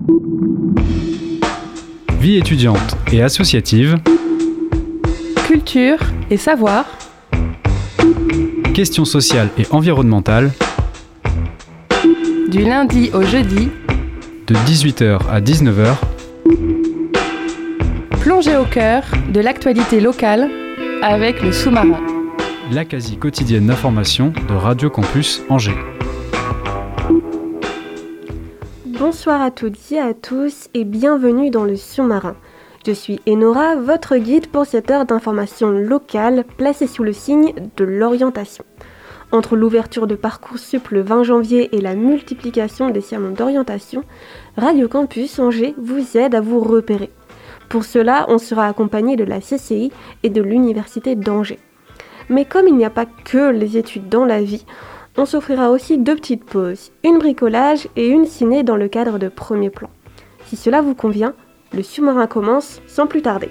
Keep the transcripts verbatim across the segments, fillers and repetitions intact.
Vie étudiante et associative. Culture et savoir. Questions sociales et environnementales. Du lundi au jeudi. De dix-huit heures à dix-neuf heures. Plongez au cœur de l'actualité locale avec le sous-marin. La quasi quotidienne d'information de Radio Campus Angers. Bonsoir à toutes et à tous et bienvenue dans le sous-marin. Je suis Enora, votre guide pour cette heure d'information locale placée sous le signe de l'orientation. Entre l'ouverture de Parcoursup le vingt janvier et la multiplication des sermons d'orientation, Radio Campus Angers vous aide à vous repérer. Pour cela, on sera accompagné de la C C I et de l'Université d'Angers. Mais comme il n'y a pas que les études dans la vie, on s'offrira aussi deux petites pauses, une bricolage et une ciné dans le cadre de Premier Plan. Si cela vous convient, le sous-marin commence sans plus tarder.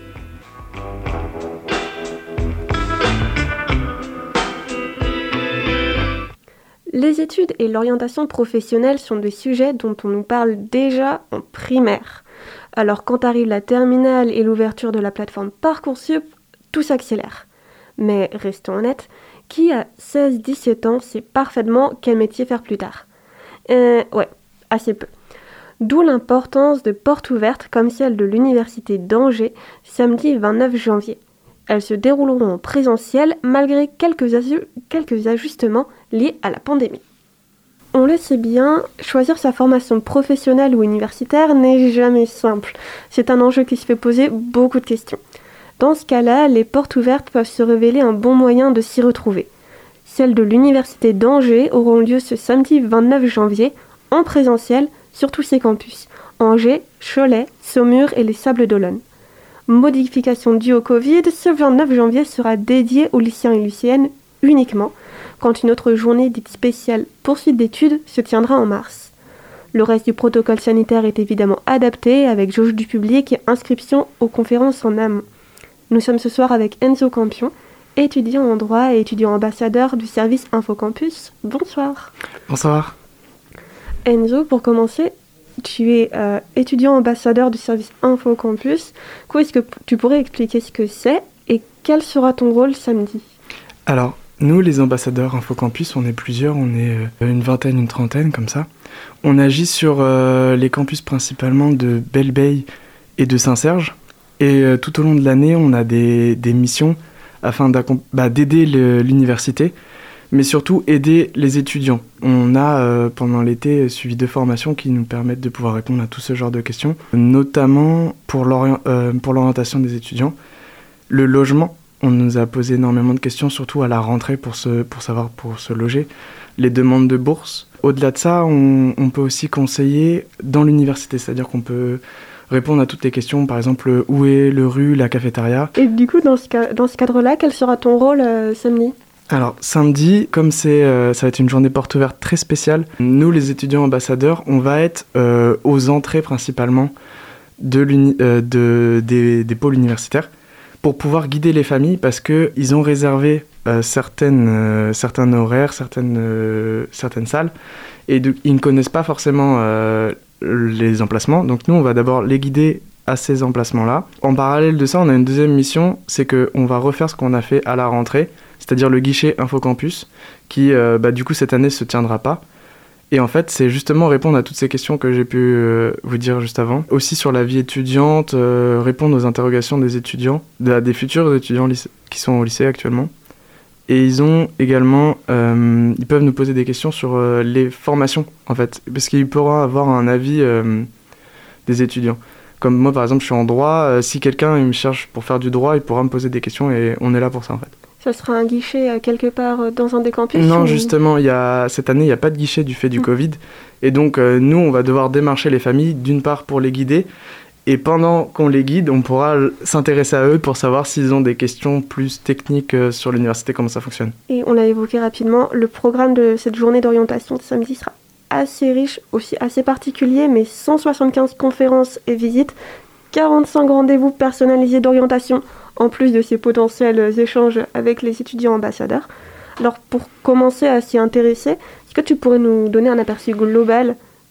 Les études et l'orientation professionnelle sont des sujets dont on nous parle déjà en primaire. Alors quand arrive la terminale et l'ouverture de la plateforme Parcoursup, tout s'accélère. Mais restons honnêtes, qui à seize dix-sept ans sait parfaitement quel métier faire plus tard ? Euh, ouais, assez peu. D'où l'importance de portes ouvertes comme celle de l'Université d'Angers, samedi vingt-neuf janvier. Elles se dérouleront en présentiel malgré quelques, asu- quelques ajustements liés à la pandémie. On le sait bien, choisir sa formation professionnelle ou universitaire n'est jamais simple. C'est un enjeu qui se fait poser beaucoup de questions. Dans ce cas-là, les portes ouvertes peuvent se révéler un bon moyen de s'y retrouver. Celles de l'Université d'Angers auront lieu ce samedi vingt-neuf janvier, en présentiel, sur tous ses campus, Angers, Cholet, Saumur et les Sables d'Olonne. Modification due au Covid, ce vingt-neuf janvier sera dédié aux lycéens et lycéennes uniquement, quand une autre journée dite spéciale poursuite d'études se tiendra en mars. Le reste du protocole sanitaire est évidemment adapté, avec jauge du public et inscription aux conférences en amont. Nous sommes ce soir avec Enzo Campion, étudiant en droit et étudiant ambassadeur du service Infocampus. Bonsoir. Bonsoir. Enzo, pour commencer, tu es euh, étudiant ambassadeur du service Infocampus. Est-ce que tu pourrais expliquer ce que c'est et quel sera ton rôle samedi ? Alors, nous, les ambassadeurs Infocampus, on est plusieurs, on est euh, une vingtaine, une trentaine, comme ça. On agit sur euh, les campus principalement de Belle-Beille et de Saint-Serge. Et euh, tout au long de l'année, on a des, des missions afin bah, d'aider le, l'université, mais surtout aider les étudiants. On a, euh, pendant l'été, suivi deux formations qui nous permettent de pouvoir répondre à tout ce genre de questions, notamment pour, l'ori- euh, pour l'orientation des étudiants. Le logement, on nous a posé énormément de questions, surtout à la rentrée pour, se, pour savoir pour se loger. Les demandes de bourse. Au-delà de ça, on, on peut aussi conseiller dans l'université, c'est-à-dire qu'on peut répondre à toutes les questions, par exemple, où est le rue, la cafétéria. Et du coup, dans ce, ca- dans ce cadre-là, quel sera ton rôle euh, samedi ? Alors, samedi, comme c'est, euh, ça va être une journée porte ouverte très spéciale, nous, les étudiants ambassadeurs, on va être euh, aux entrées principalement de l'uni- euh, de, des, des pôles universitaires pour pouvoir guider les familles parce qu'ils ont réservé euh, certaines, euh, certains horaires, certaines, euh, certaines salles et de, ils ne connaissent pas forcément euh, les emplacements. Donc nous, on va d'abord les guider à ces emplacements-là. En parallèle de ça, on a une deuxième mission, c'est qu'on va refaire ce qu'on a fait à la rentrée, c'est-à-dire le guichet Infocampus, qui euh, bah, du coup cette année ne se tiendra pas. Et en fait, c'est justement répondre à toutes ces questions que j'ai pu euh, vous dire juste avant. Aussi sur la vie étudiante, euh, répondre aux interrogations des étudiants, de, des futurs étudiants lycée, qui sont au lycée actuellement. Et ils ont également, euh, ils peuvent nous poser des questions sur euh, les formations, en fait, parce qu'ils pourront avoir un avis euh, des étudiants. Comme moi, par exemple, je suis en droit, euh, si quelqu'un il me cherche pour faire du droit, il pourra me poser des questions et on est là pour ça, en fait. Ça sera un guichet euh, quelque part euh, dans un des campus ? Non, ou... justement, y a, cette année, il n'y a pas de guichet du fait du mmh. Covid. Et donc, euh, nous, on va devoir démarcher les familles, d'une part pour les guider, et pendant qu'on les guide, on pourra s'intéresser à eux pour savoir s'ils ont des questions plus techniques euh, sur l'université, comment ça fonctionne. Et on l'a évoqué rapidement, le programme de cette journée d'orientation de samedi sera assez riche, aussi assez particulier, mais cent soixante-quinze conférences et visites, quarante-cinq rendez-vous personnalisés d'orientation, en plus de ces potentiels échanges avec les étudiants ambassadeurs. Alors pour commencer à s'y intéresser, est-ce que tu pourrais nous donner un aperçu global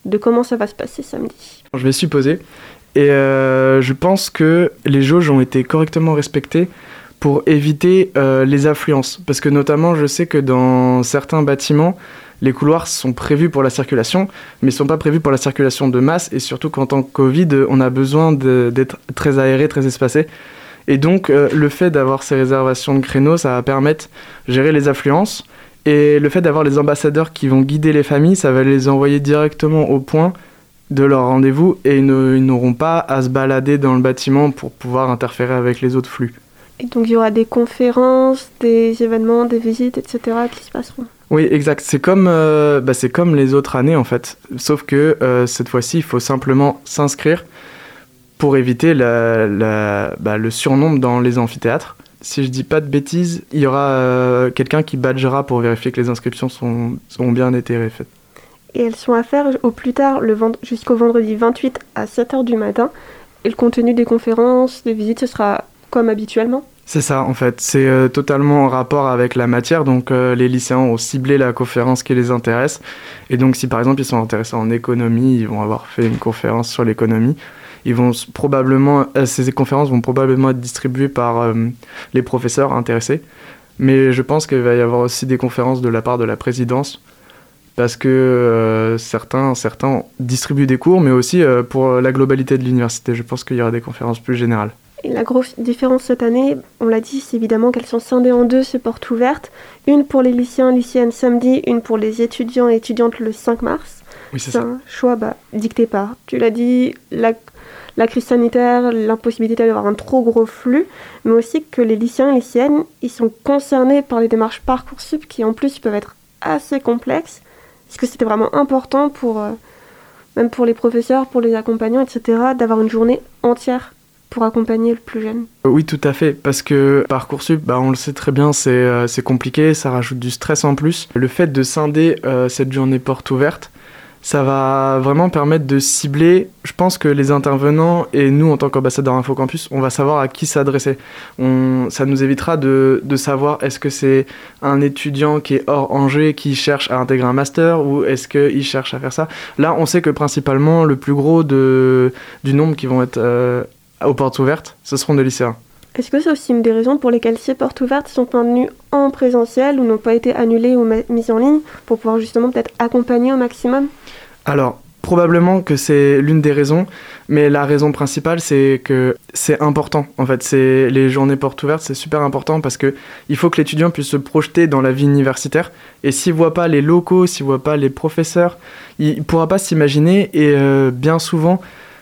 de comment ça va se passer samedi. Je vais supposer. Et euh, je pense que les jauges ont été correctement respectées pour éviter euh, les affluences. Parce que notamment, je sais que dans certains bâtiments, les couloirs sont prévus pour la circulation, mais ne sont pas prévus pour la circulation de masse. Et surtout qu'en tant que Covid, on a besoin de, d'être très aéré, très espacé. Et donc, euh, le fait d'avoir ces réservations de créneaux, ça va permettre de gérer les affluences. Et le fait d'avoir les ambassadeurs qui vont guider les familles, ça va les envoyer directement au point de leur rendez-vous et ils, ne, ils n'auront pas à se balader dans le bâtiment pour pouvoir interférer avec les autres flux. Et donc il y aura des conférences, des événements, des visites, et cetera qui se passeront. Oui, exact. C'est comme, euh, bah, c'est comme les autres années en fait. Sauf que euh, cette fois-ci, il faut simplement s'inscrire pour éviter la, la, bah, le surnombre dans les amphithéâtres. Si je dis pas de bêtises, il y aura euh, quelqu'un qui badgera pour vérifier que les inscriptions sont, ont bien été faites. Et elles sont à faire au plus tard le vend- jusqu'au vendredi vingt-huit à sept heures du matin. Et le contenu des conférences, des visites, ce sera comme habituellement ? C'est ça, en fait. C'est euh, totalement en rapport avec la matière. Donc, euh, les lycéens ont ciblé la conférence qui les intéresse. Et donc, si par exemple, ils sont intéressés en économie, ils vont avoir fait une conférence sur l'économie. Ils vont probablement, euh, ces conférences vont probablement être distribuées par euh, les professeurs intéressés. Mais je pense qu'il va y avoir aussi des conférences de la part de la présidence. Parce que euh, certains, certains distribuent des cours, mais aussi euh, pour la globalité de l'université. Je pense qu'il y aura des conférences plus générales. Et la grosse différence cette année, on l'a dit, c'est évidemment qu'elles sont scindées en deux, ces portes ouvertes. Une pour les lycéens, lycéennes samedi, une pour les étudiants et étudiantes le cinq mars. Oui, c'est, c'est ça. un choix bah, dicté par, tu l'as dit, la, la crise sanitaire, l'impossibilité d'avoir un trop gros flux, mais aussi que les lycéens et lycéennes, ils sont concernés par les démarches Parcoursup qui en plus peuvent être assez complexes. Est-ce que c'était vraiment important pour, euh, même pour les professeurs, pour les accompagnants, et cetera, d'avoir une journée entière pour accompagner le plus jeune ? Oui, tout à fait, parce que Parcoursup, bah, on le sait très bien, c'est, euh, c'est compliqué, ça rajoute du stress en plus. Le fait de scinder euh, cette journée porte ouverte, ça va vraiment permettre de cibler, je pense que les intervenants et nous en tant qu'ambassadeurs InfoCampus, on va savoir à qui s'adresser. On, ça nous évitera de, de savoir est-ce que c'est un étudiant qui est hors Angers qui cherche à intégrer un master ou est-ce qu'il cherche à faire ça. Là, on sait que principalement le plus gros de, du nombre qui vont être euh, aux portes ouvertes, ce seront des lycéens. Est-ce que c'est aussi une des raisons pour lesquelles ces portes ouvertes sont maintenues en présentiel ou n'ont pas été annulées ou ma- mises en ligne pour pouvoir justement peut-être accompagner au maximum ? Alors, probablement que c'est l'une des raisons, mais la raison principale, c'est que c'est important. En fait, c'est les journées portes ouvertes, c'est super important parce que il faut que l'étudiant puisse se projeter dans la vie universitaire. Et s'il voit pas les locaux, s'il voit pas les professeurs, il pourra pas s'imaginer. Et euh, bien souvent,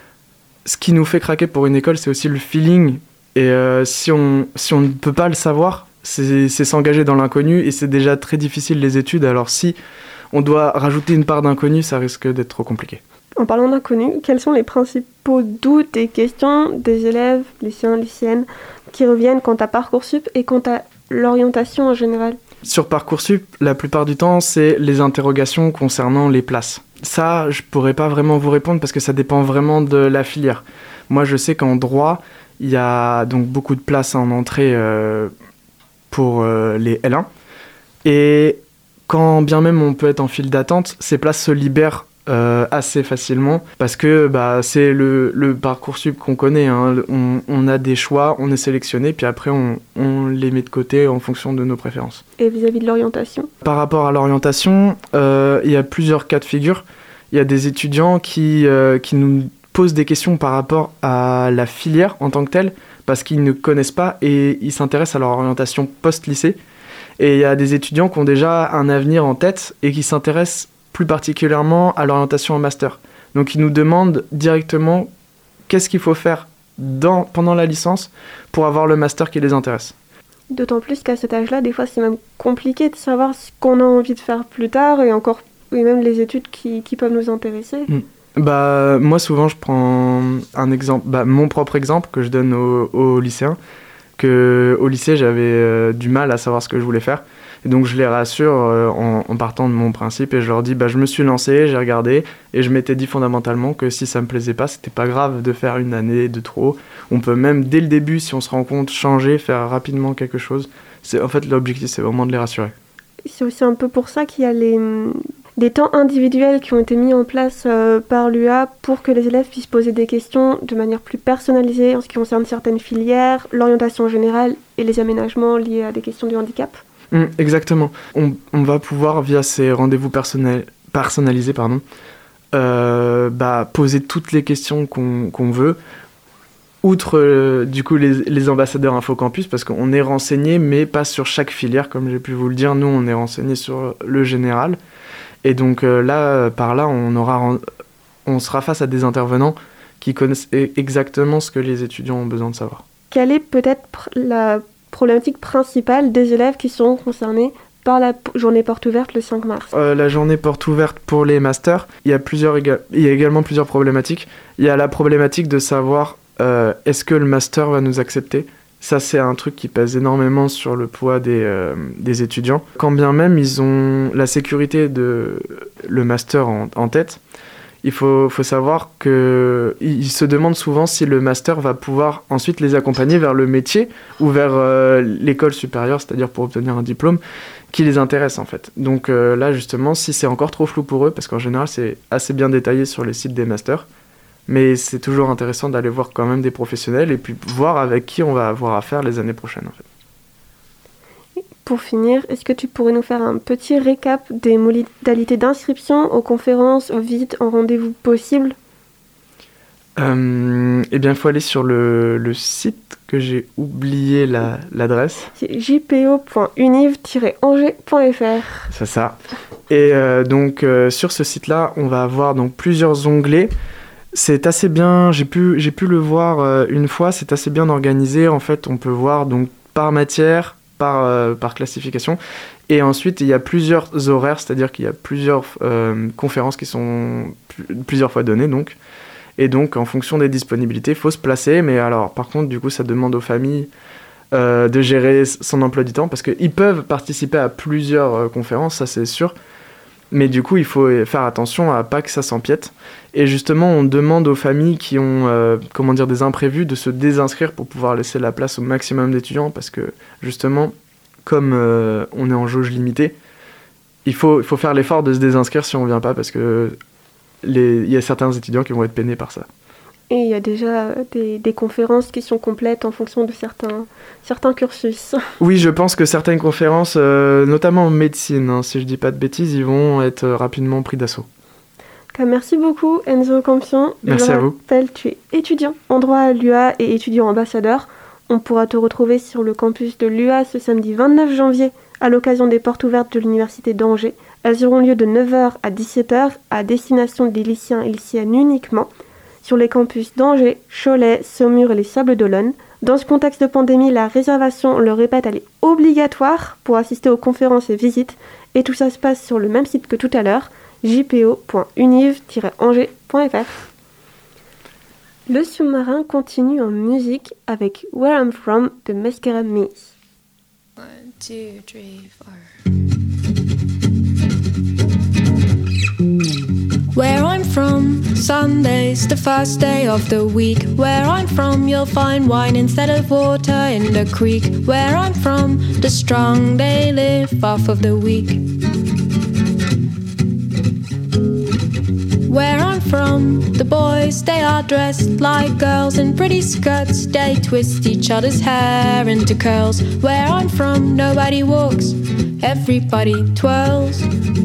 ce qui nous fait craquer pour une école, c'est aussi le feeling. Et euh, si on si on ne peut pas le savoir, c'est, c'est s'engager dans l'inconnu et c'est déjà très difficile les études. Alors si on doit rajouter une part d'inconnu, ça risque d'être trop compliqué. En parlant d'inconnu, quels sont les principaux doutes et questions des élèves, lycéens, lycéennes, qui reviennent quant à Parcoursup et quant à l'orientation en général ? Sur Parcoursup, la plupart du temps, c'est les interrogations concernant les places. Ça, je pourrais pas vraiment vous répondre parce que ça dépend vraiment de la filière. Moi, je sais qu'en droit, il y a donc beaucoup de places en entrée euh, pour euh, les L un. Et quand bien même on peut être en file d'attente, ces places se libèrent euh, assez facilement parce que bah, c'est le, le Parcoursup qu'on connaît. Hein. On, on a des choix, on est sélectionné, puis après on, on les met de côté en fonction de nos préférences. Et vis-à-vis de l'orientation ? Par rapport à l'orientation, euh, il y a plusieurs cas de figure. Il y a des étudiants qui, euh, qui nous posent des questions par rapport à la filière en tant que telle parce qu'ils ne connaissent pas et ils s'intéressent à leur orientation post-lycée. Et il y a des étudiants qui ont déjà un avenir en tête et qui s'intéressent plus particulièrement à l'orientation en master. Donc ils nous demandent directement qu'est-ce qu'il faut faire dans, pendant la licence pour avoir le master qui les intéresse. D'autant plus qu'à cet âge-là, des fois c'est même compliqué de savoir ce qu'on a envie de faire plus tard et encore et même les études qui, qui peuvent nous intéresser. Mmh. Bah, moi souvent je prends un exemple, bah, mon propre exemple que je donne aux, aux lycéens. Que au lycée j'avais euh, du mal à savoir ce que je voulais faire et donc je les rassure euh, en, en partant de mon principe et je leur dis bah je me suis lancé, j'ai regardé et je m'étais dit fondamentalement que si ça me plaisait pas c'était pas grave de faire une année de trop, on peut même dès le début si on se rend compte changer, faire rapidement quelque chose. C'est en fait l'objectif, c'est vraiment de les rassurer. C'est aussi un peu pour ça qu'il y a les des temps individuels qui ont été mis en place euh, par l'U A pour que les élèves puissent poser des questions de manière plus personnalisée en ce qui concerne certaines filières, l'orientation générale et les aménagements liés à des questions du handicap. Mmh, exactement. On, on va pouvoir, via ces rendez-vous personnel, personnalisés, pardon, euh, bah, poser toutes les questions qu'on, qu'on veut, outre euh, du coup les, les ambassadeurs InfoCampus, parce qu'on est renseigné, mais pas sur chaque filière, comme j'ai pu vous le dire. Nous, on est renseigné sur le général. Et donc euh, là, par là, on, aura, on sera face à des intervenants qui connaissent exactement ce que les étudiants ont besoin de savoir. Quelle est peut-être la problématique principale des élèves qui seront concernés par la journée porte ouverte le cinq mars? euh, La journée porte ouverte pour les masters, il y a, plusieurs éga- il y a également plusieurs problématiques. Il y a la problématique de savoir euh, est-ce que le master va nous accepter. Ça, c'est un truc qui pèse énormément sur le poids des, euh, des étudiants. Quand bien même ils ont la sécurité de le master en, en tête, il faut, faut savoir qu'ils se demandent souvent si le master va pouvoir ensuite les accompagner vers le métier ou vers euh, l'école supérieure, c'est-à-dire pour obtenir un diplôme qui les intéresse en fait. Donc euh, là justement, si c'est encore trop flou pour eux, parce qu'en général c'est assez bien détaillé sur les sites des masters, mais c'est toujours intéressant d'aller voir quand même des professionnels et puis voir avec qui on va avoir affaire les années prochaines en fait. Pour finir, est-ce que tu pourrais nous faire un petit récap des modalités d'inscription aux conférences, aux visites, en rendez-vous possibles ? euh, Eh bien, il faut aller sur le, le site que j'ai oublié la, l'adresse. C'est j p o point univ tiret angers point f r. C'est ça. Et euh, donc, euh, sur ce site-là, on va avoir donc, plusieurs onglets. C'est assez bien, j'ai pu, j'ai pu le voir euh, une fois, c'est assez bien organisé. En fait, on peut voir donc, par matière, Par, euh, par classification. Et ensuite, il y a plusieurs horaires, c'est-à-dire qu'il y a plusieurs euh, conférences qui sont p- plusieurs fois données. Donc. Et donc, en fonction des disponibilités, il faut se placer. Mais alors, par contre, du coup, ça demande aux familles euh, de gérer son emploi du temps parce qu'ils peuvent participer à plusieurs euh, conférences, ça c'est sûr. Mais du coup, il faut faire attention à pas que ça s'empiète. Et justement, on demande aux familles qui ont euh, comment dire, des imprévus de se désinscrire pour pouvoir laisser la place au maximum d'étudiants. Parce que justement, comme euh, on est en jauge limitée, il faut, il faut faire l'effort de se désinscrire si on ne vient pas. Parce qu'il y a certains étudiants qui vont être peinés par ça. Et il y a déjà des, des conférences qui sont complètes en fonction de certains, certains cursus. Oui, je pense que certaines conférences, euh, notamment en médecine, hein, si je ne dis pas de bêtises, ils vont être rapidement pris d'assaut. Merci beaucoup Enzo Campion. Merci à vous. Je rappelle, tu es étudiant en droit à l'U A et étudiant ambassadeur. On pourra te retrouver sur le campus de l'U A ce samedi vingt-neuf janvier à l'occasion des portes ouvertes de l'Université d'Angers. Elles auront lieu de neuf heures à dix-sept heures à destination des lycéens et lycéennes uniquement, sur les campus d'Angers, Cholet, Saumur et les Sables d'Olonne. Dans ce contexte de pandémie, la réservation, on le répète, elle est obligatoire pour assister aux conférences et visites. Et tout ça se passe sur le même site que tout à l'heure, j p o point univ tiret angers point f r. Le sous-marin continue en musique avec Where I'm From de Mascara Miss. One, two, three, four. Where I'm from, Sunday's the first day of the week. Where I'm from, you'll find wine instead of water in the creek. Where I'm from, the strong they live off of the weak. Where I'm from, the boys, they are dressed like girls in pretty skirts. They twist each other's hair into curls. Where I'm from, nobody walks, everybody twirls.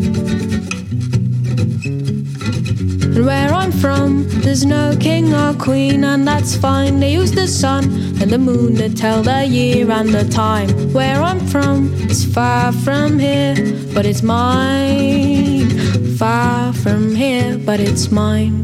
And where I'm from, there's no king or queen, and that's fine. They use the sun and the moon to tell the year and the time. Where I'm from is far from here, but it's mine. Far from here, but it's mine.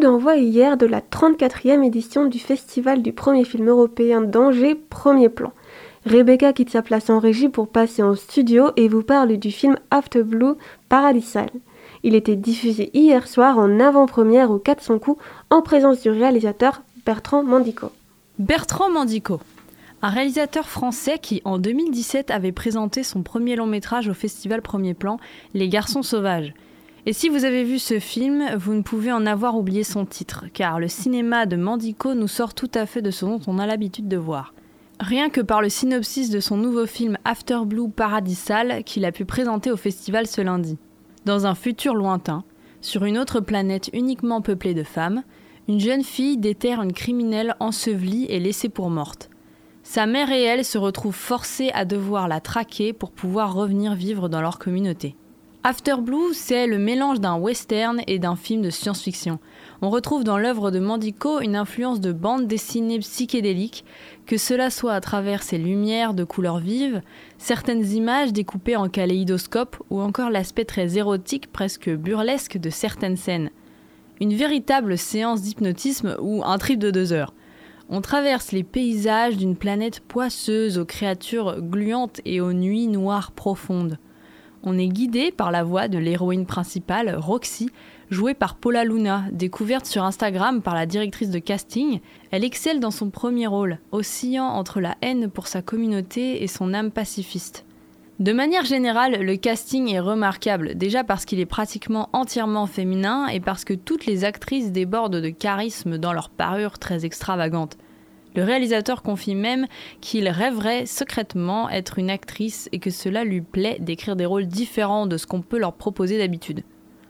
d'envoi hier de la trente-quatrième édition du Festival du premier film européen d'Angers, Premier Plan. Rebecca quitte sa place en régie pour passer en studio et vous parle du film After Blue, Paradisal. Il était diffusé hier soir en avant-première au quatre cents coups en présence du réalisateur Bertrand Mandico. Bertrand Mandico, un réalisateur français qui, en deux mille dix-sept, avait présenté son premier long-métrage au Festival Premier Plan, Les Garçons Sauvages. Et si vous avez vu ce film, vous ne pouvez en avoir oublié son titre, car le cinéma de Mandico nous sort tout à fait de ce dont on a l'habitude de voir. Rien que par le synopsis de son nouveau film After Blue Paradisal qu'il a pu présenter au festival ce lundi. Dans un futur lointain, sur une autre planète uniquement peuplée de femmes, une jeune fille déterre une criminelle ensevelie et laissée pour morte. Sa mère et elle se retrouvent forcées à devoir la traquer pour pouvoir revenir vivre dans leur communauté. After Blue, c'est le mélange d'un western et d'un film de science-fiction. On retrouve dans l'œuvre de Mandico une influence de bande dessinée psychédélique, que cela soit à travers ses lumières de couleurs vives, certaines images découpées en kaléidoscope ou encore l'aspect très érotique, presque burlesque de certaines scènes. Une véritable séance d'hypnotisme ou un trip de deux heures. On traverse les paysages d'une planète poisseuse aux créatures gluantes et aux nuits noires profondes. On est guidé par la voix de l'héroïne principale, Roxy, jouée par Paula Luna, découverte sur Instagram par la directrice de casting. Elle excelle dans son premier rôle, oscillant entre la haine pour sa communauté et son âme pacifiste. De manière générale, le casting est remarquable, déjà parce qu'il est pratiquement entièrement féminin et parce que toutes les actrices débordent de charisme dans leur parure très extravagante. Le réalisateur confie même qu'il rêverait secrètement être une actrice et que cela lui plaît d'écrire des rôles différents de ce qu'on peut leur proposer d'habitude.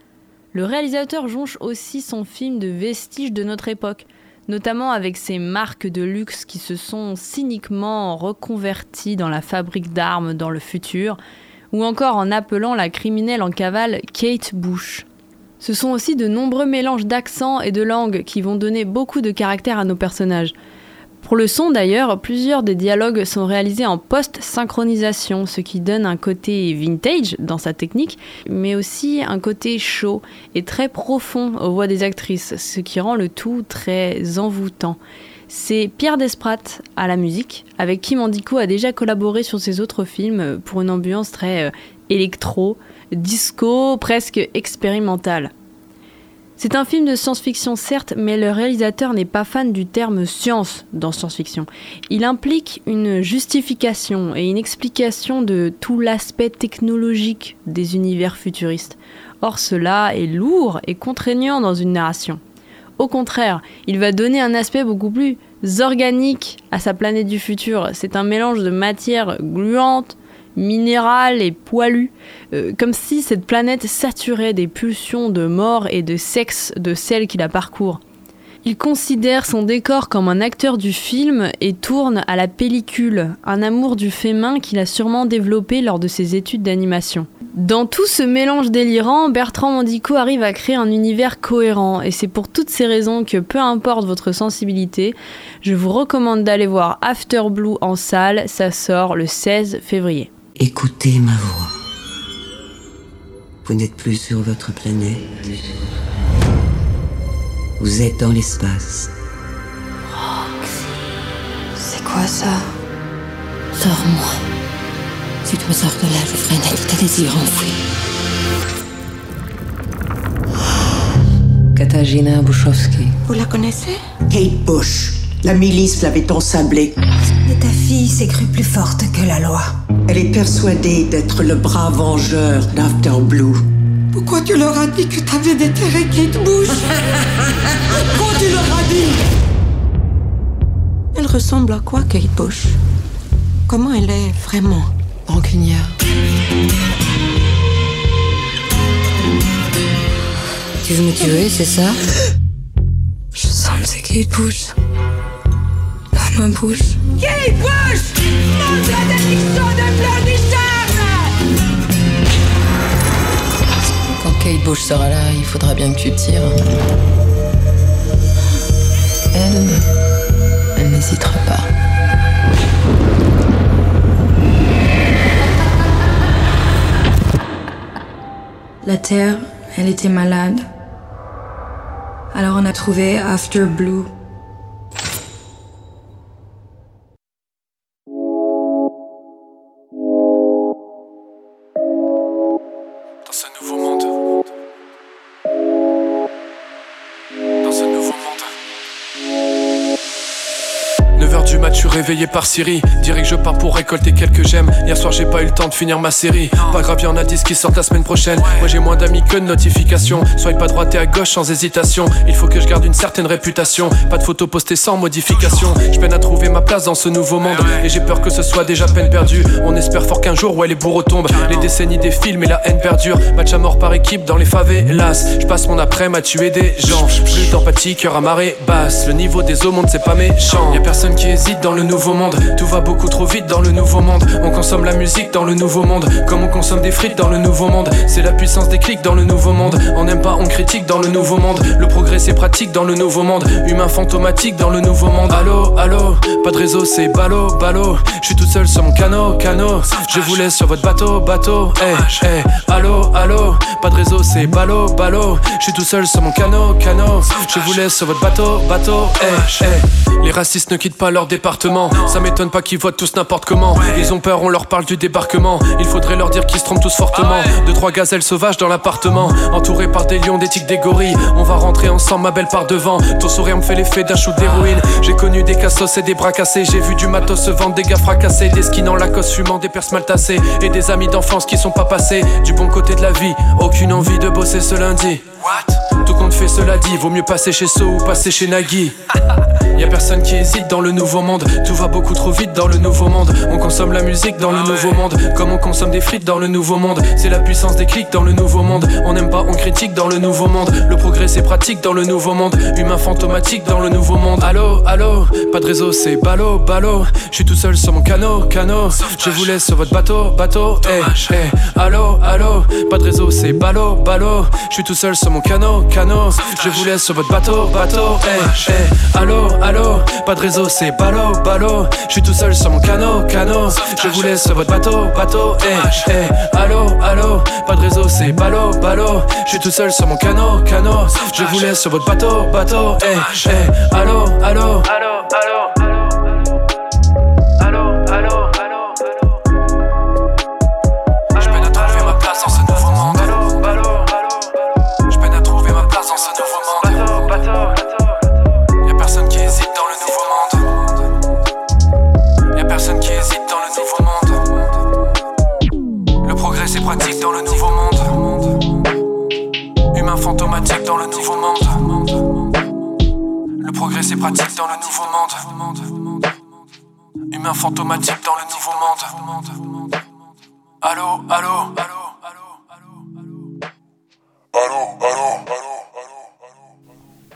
Le réalisateur jonche aussi son film de vestiges de notre époque, notamment avec ces marques de luxe qui se sont cyniquement reconverties dans la fabrique d'armes dans le futur, ou encore en appelant la criminelle en cavale Kate Bush. Ce sont aussi de nombreux mélanges d'accents et de langues qui vont donner beaucoup de caractère à nos personnages. Pour le son d'ailleurs, plusieurs des dialogues sont réalisés en post-synchronisation, ce qui donne un côté vintage dans sa technique, mais aussi un côté chaud et très profond aux voix des actrices, ce qui rend le tout très envoûtant. C'est Pierre Desprates à la musique, avec qui Mandico a déjà collaboré sur ses autres films pour une ambiance très euh, électro, disco, presque expérimentale. C'est un film de science-fiction certes, mais le réalisateur n'est pas fan du terme science dans science-fiction. Il implique une justification et une explication de tout l'aspect technologique des univers futuristes. Or cela est lourd et contraignant dans une narration. Au contraire, il va donner un aspect beaucoup plus organique à sa planète du futur. C'est un mélange de matières gluantes, minérale et poilue, euh, comme si cette planète saturait des pulsions de mort et de sexe de celles qui la parcourent. Il considère son décor comme un acteur du film et tourne à la pellicule, un amour du fait main qu'il a sûrement développé lors de ses études d'animation. Dans tout ce mélange délirant, Bertrand Mandico arrive à créer un univers cohérent et c'est pour toutes ces raisons que, peu importe votre sensibilité, je vous recommande d'aller voir After Blue en salle, ça sort le seize février. Écoutez ma voix. Vous n'êtes plus sur votre planète. Vous êtes dans l'espace. Roxy, c'est quoi ça? Sors-moi. Si tu me sors de là, je ferai naître tes désirs enfouis. Katarzyna Buszowski. Vous la connaissez? Kate Bush. La milice l'avait ensablée. Et ta fille s'est crue plus forte que la loi. Elle est persuadée d'être le bras vengeur d'After Blue. Pourquoi tu leur as dit que t'avais déterré Kate Bush? Pourquoi tu leur as dit? Elle ressemble à quoi, Kate Bush? Comment elle est vraiment? Rancunière. Tu veux me tuer, c'est ça? Je sens que c'est Kate Bush. Dans ma bouche. Kate Bush! Mon Dieu, des frissons de pleurnichard! Quand Kate Bush sera là, il faudra bien que tu tires. Elle, elle n'hésitera pas. La Terre, elle était malade. Alors on a trouvé After Blue. Dans ce nouveau monde. Dans ce nouveau monde. neuf heures du mat, je suis réveillé par Siri. Dirait que je pars pour récolter quelques gemmes. Hier soir j'ai pas eu le temps de finir ma série. Pas grave, y'en a dix qui sortent la semaine prochaine. Moi j'ai moins d'amis que de notifications. Soyez pas droite et à gauche sans hésitation. Il faut que je garde une certaine réputation. Pas de photos postées sans modification. Je peine à trouver ma place dans ce nouveau monde. Et j'ai peur que ce soit déjà peine perdue. On espère fort qu'un jour, ouais, les bourreaux tombent. Les décennies défilent mais la haine perdure. Match à mort par équipe dans les favelas. Je passe mon après-midi à tuer des gens. Plus d'empathie, cœur à marée basse. Le niveau des eaux monte, c'est pas méchant. Y'a personne qui hésite dans le nouveau monde. Tout va beaucoup trop vite dans le nouveau monde. On consomme la musique dans le nouveau monde. Comme on consomme des frites dans le nouveau monde. C'est la puissance des clics dans le nouveau monde. On n'aime pas, on critique dans le nouveau monde. Le progrès c'est pratique dans le nouveau monde. Humain fantomatique dans le nouveau monde. Allô, allô, pas de réseau c'est ballot, ballot. Je suis tout seul sur mon canot, canot. Je vous laisse sur votre bateau, bateau. Eh, hey, eh, allô, allô, pas de réseau c'est ballot, ballot. Je suis tout seul sur mon canot, canot. Je vous laisse sur votre bateau, bateau. Eh, eh. Les racistes ne quittent pas leur département. Ça m'étonne pas qu'ils votent tous n'importe comment. Ils ont peur, on leur parle du débarquement. Il faudrait leur dire qu'ils se trompent tous fortement. Deux, trois gazelles sauvages dans l'appartement. Entourés par des lions, des tigres, des gorilles. On va rentrer ensemble, ma belle par devant. Ton sourire me fait l'effet d'un shoot d'héroïne. J'ai connu des cassos et des bras cassés. J'ai vu du matos se vendre, des gars fracassés. Des skins en Lacoste fumant, des perses mal tassées. Et des amis d'enfance qui sont pas passés du bon côté de la vie. Aucune envie de bosser ce lundi. What? Tout compte fait, cela dit, vaut mieux passer chez So ou passer chez Nagui. Y'a personne qui hésite dans le nouveau monde. Tout va beaucoup trop vite dans le nouveau monde. On consomme la musique dans le nouveau monde. Comme on consomme des frites dans le nouveau monde. C'est la puissance des clics dans le nouveau monde. On n'aime pas, on critique dans le nouveau monde. Le progrès c'est pratique dans le nouveau monde. Humain fantomatique dans le nouveau monde. Allô, allô, pas de réseau c'est ballot, ballot. Je suis tout seul sur mon canot, canot. Je vous laisse sur votre bateau, bateau. Eh, eh, allô, allô, pas de réseau c'est ballot, ballot. Je suis tout seul sur mon canot, canot. Je vous laisse sur votre bateau, bateau. Eh, eh, allô, allô, pas de réseau c'est ballot, ballot. Je suis tout seul sur mon canot, canot. Je vous laisse sur votre bateau, bateau. Eh, eh, allô, allô, pas de réseau c'est ballot, ballot. Je suis tout seul sur mon canot, canot. Je vous laisse sur votre bateau, bateau. Eh, eh, allô, allô, allô, allô. Pratique dans le nouveau monde. Humain fantomatique dans le nouveau monde. Le progrès c'est pratique dans le nouveau monde. Humain fantomatique dans le nouveau monde. Allô, allô, allô, allô, allô, allô, allô.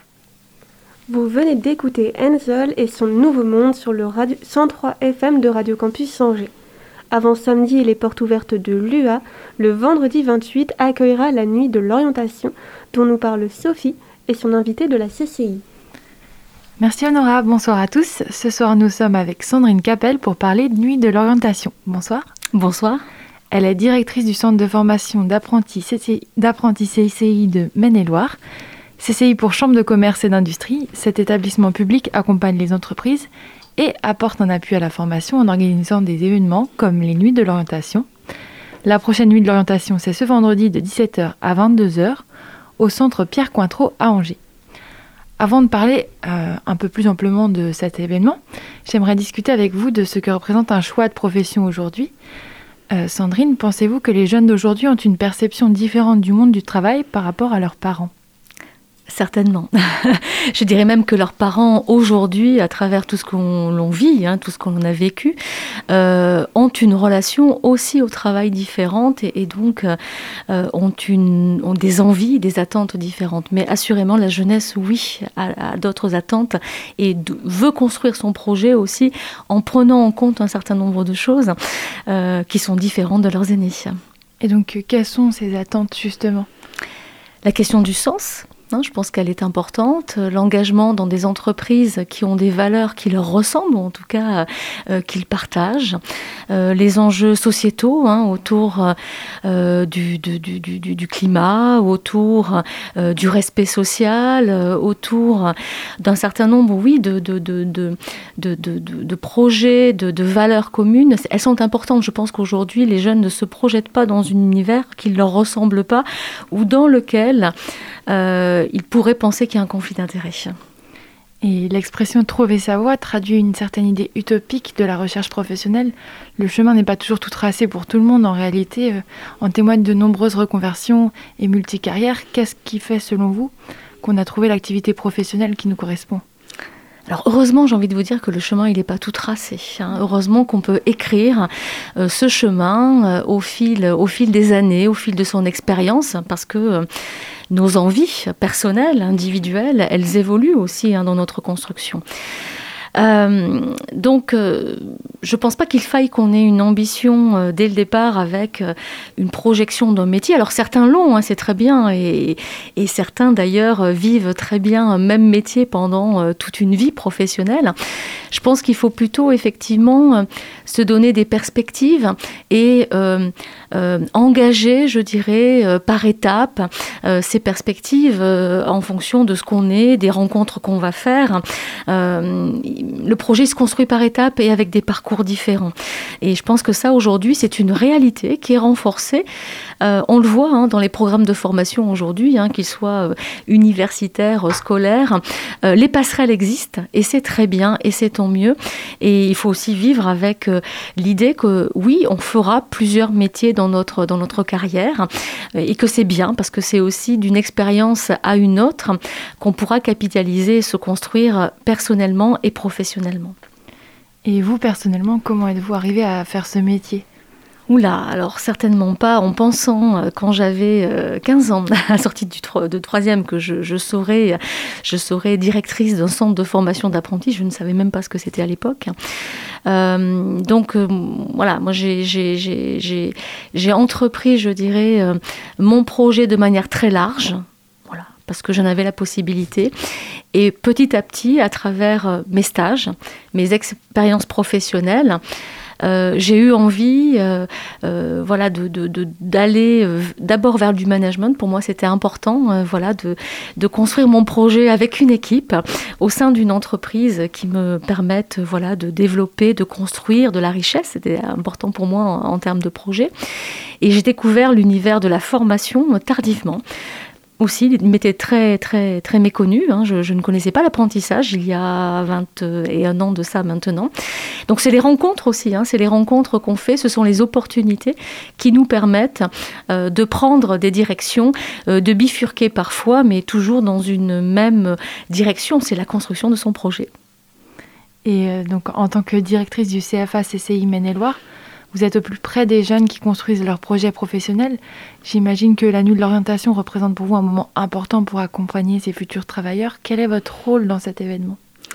Vous venez d'écouter Enzel et son nouveau monde sur le radio cent trois F M de Radio Campus Angers. Avant samedi et les portes ouvertes de l'U A, le vendredi vingt-huit accueillera la nuit de l'orientation dont nous parle Sophie et son invitée de la C C I. Merci Honora, bonsoir à tous. Ce soir nous sommes avec Sandrine Capel pour parler de nuit de l'orientation. Bonsoir. Bonsoir. Elle est directrice du centre de formation d'apprentis C C I, d'apprentis C C I de Maine-et-Loire. C C I pour Chambre de commerce et d'industrie, cet établissement public accompagne les entreprises et apporte un appui à la formation en organisant des événements comme les nuits de l'orientation. La prochaine nuit de l'orientation, c'est ce vendredi de dix-sept heures à vingt-deux heures au centre Pierre Cointreau à Angers. Avant de parler euh, un peu plus amplement de cet événement, j'aimerais discuter avec vous de ce que représente un choix de profession aujourd'hui. Euh, Sandrine, pensez-vous que les jeunes d'aujourd'hui ont une perception différente du monde du travail par rapport à leurs parents ? Certainement. Je dirais même que leurs parents, aujourd'hui, à travers tout ce qu'on l'on vit, hein, tout ce qu'on a vécu, euh, ont une relation aussi au travail différente et, et donc euh, ont, une, ont des envies, des attentes différentes. Mais assurément, la jeunesse, oui, a, a d'autres attentes et d- veut construire son projet aussi en prenant en compte un certain nombre de choses euh, qui sont différentes de leurs aînés. Et donc, quelles sont ces attentes, justement ? La question du sens. Hein, je pense qu'elle est importante. L'engagement dans des entreprises qui ont des valeurs qui leur ressemblent, ou en tout cas euh, qu'ils partagent. Euh, les enjeux sociétaux hein, autour euh, du, du, du, du, du climat, autour euh, du respect social, euh, autour d'un certain nombre, oui, de, de, de, de, de, de, de projets, de, de valeurs communes. Elles sont importantes. Je pense qu'aujourd'hui, les jeunes ne se projettent pas dans un univers qui ne leur ressemble pas ou dans lequel euh, ils pourraient penser qu'il y a un conflit d'intérêts. Et l'expression « trouver sa voie » traduit une certaine idée utopique de la recherche professionnelle. Le chemin n'est pas toujours tout tracé pour tout le monde. En réalité, euh, en témoignent de nombreuses reconversions et multicarrières. Qu'est-ce qui fait, selon vous, qu'on a trouvé l'activité professionnelle qui nous correspond ? Alors heureusement, j'ai envie de vous dire que le chemin, il n'est pas tout tracé. Hein. Heureusement qu'on peut écrire euh, ce chemin euh, au fil, au fil des années, au fil de son expérience, parce que euh, nos envies personnelles, individuelles, elles évoluent aussi hein, dans notre construction. Euh, donc, euh, je ne pense pas qu'il faille qu'on ait une ambition euh, dès le départ avec euh, une projection d'un métier. Alors certains l'ont, hein, c'est très bien, et, et certains d'ailleurs euh, vivent très bien un même métier pendant euh, toute une vie professionnelle. Je pense qu'il faut plutôt effectivement euh, se donner des perspectives et euh, euh, engager, je dirais, euh, par étapes, euh, ces perspectives euh, en fonction de ce qu'on est, des rencontres qu'on va faire. Euh, le projet se construit par étapes et avec des parcours différents. Et je pense que ça, aujourd'hui, c'est une réalité qui est renforcée. Euh, on le voit hein, dans les programmes de formation aujourd'hui, hein, qu'ils soient euh, universitaires, euh, scolaires. Euh, les passerelles existent et c'est très bien et c'est tant mieux. Et il faut aussi vivre avec euh, l'idée que oui, on fera plusieurs métiers dans notre, dans notre carrière et que c'est bien parce que c'est aussi d'une expérience à une autre qu'on pourra capitaliser et se construire personnellement et professionnellement. Et vous, personnellement, comment êtes-vous arrivé à faire ce métier ? Oula, alors certainement pas en pensant, euh, quand j'avais euh, quinze ans, à la sortie du tro- de troisième, que je, je, serais, je serais directrice d'un centre de formation d'apprentis. Je ne savais même pas ce que c'était à l'époque. Euh, donc euh, voilà, moi j'ai, j'ai, j'ai, j'ai, j'ai entrepris, je dirais, euh, mon projet de manière très large. Voilà, parce que j'en avais la possibilité. Et petit à petit, à travers mes stages, mes expériences professionnelles, Euh, j'ai eu envie euh, euh, voilà, de, de, de, d'aller euh, d'abord vers du management. Pour moi, c'était important euh, voilà, de, de construire mon projet avec une équipe au sein d'une entreprise qui me permette voilà, de développer, de construire de la richesse. C'était important pour moi en, en termes de projet. Et j'ai découvert l'univers de la formation euh, tardivement. Aussi, il m'était très, très, très méconnu. Hein. Je, je ne connaissais pas l'apprentissage il y a vingt et un ans de ça maintenant. Donc, c'est les rencontres aussi. Hein. C'est les rencontres qu'on fait. Ce sont les opportunités qui nous permettent euh, de prendre des directions, euh, de bifurquer parfois, mais toujours dans une même direction. C'est la construction de son projet. Et euh, donc, en tant que directrice du C F A C C I Maine-et-Loire, vous êtes au plus près des jeunes qui construisent leurs projets professionnels. J'imagine que la nuit de l'orientation représente pour vous un moment important pour accompagner ces futurs travailleurs. Quel est votre rôle dans cet événement ?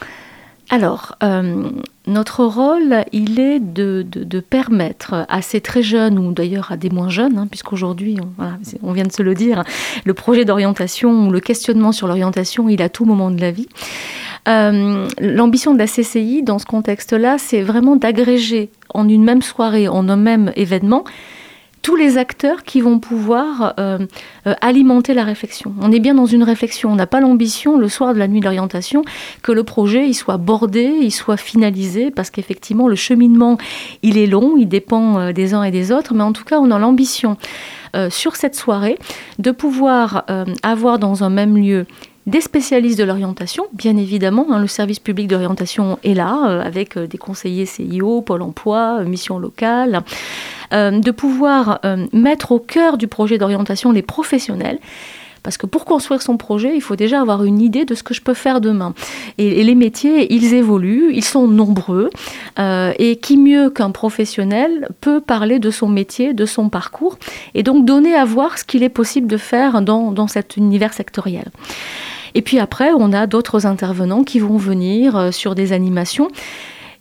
Alors, euh, notre rôle, il est de, de, de permettre à ces très jeunes, ou d'ailleurs à des moins jeunes, hein, puisqu'aujourd'hui, on, voilà, on vient de se le dire, le projet d'orientation, le questionnement sur l'orientation, il est à tout moment de la vie. Euh, l'ambition de la C C I, dans ce contexte-là, c'est vraiment d'agréger en une même soirée, en un même événement, tous les acteurs qui vont pouvoir euh, euh, alimenter la réflexion. On est bien dans une réflexion. On n'a pas l'ambition, le soir de la nuit de l'orientation, que le projet il soit bordé, il soit finalisé, parce qu'effectivement, le cheminement, il est long, il dépend euh, des uns et des autres, mais en tout cas, on a l'ambition, euh, sur cette soirée, de pouvoir euh, avoir dans un même lieu des spécialistes de l'orientation, bien évidemment, hein, le service public d'orientation est là, euh, avec euh, des conseillers C I O, Pôle emploi, euh, mission locale, euh, de pouvoir euh, mettre au cœur du projet d'orientation les professionnels, parce que pour construire son projet, il faut déjà avoir une idée de ce que je peux faire demain. Et, et les métiers, ils évoluent, ils sont nombreux, euh, et qui mieux qu'un professionnel peut parler de son métier, de son parcours, et donc donner à voir ce qu'il est possible de faire dans, dans cet univers sectoriel. Et puis après, on a d'autres intervenants qui vont venir euh, sur des animations.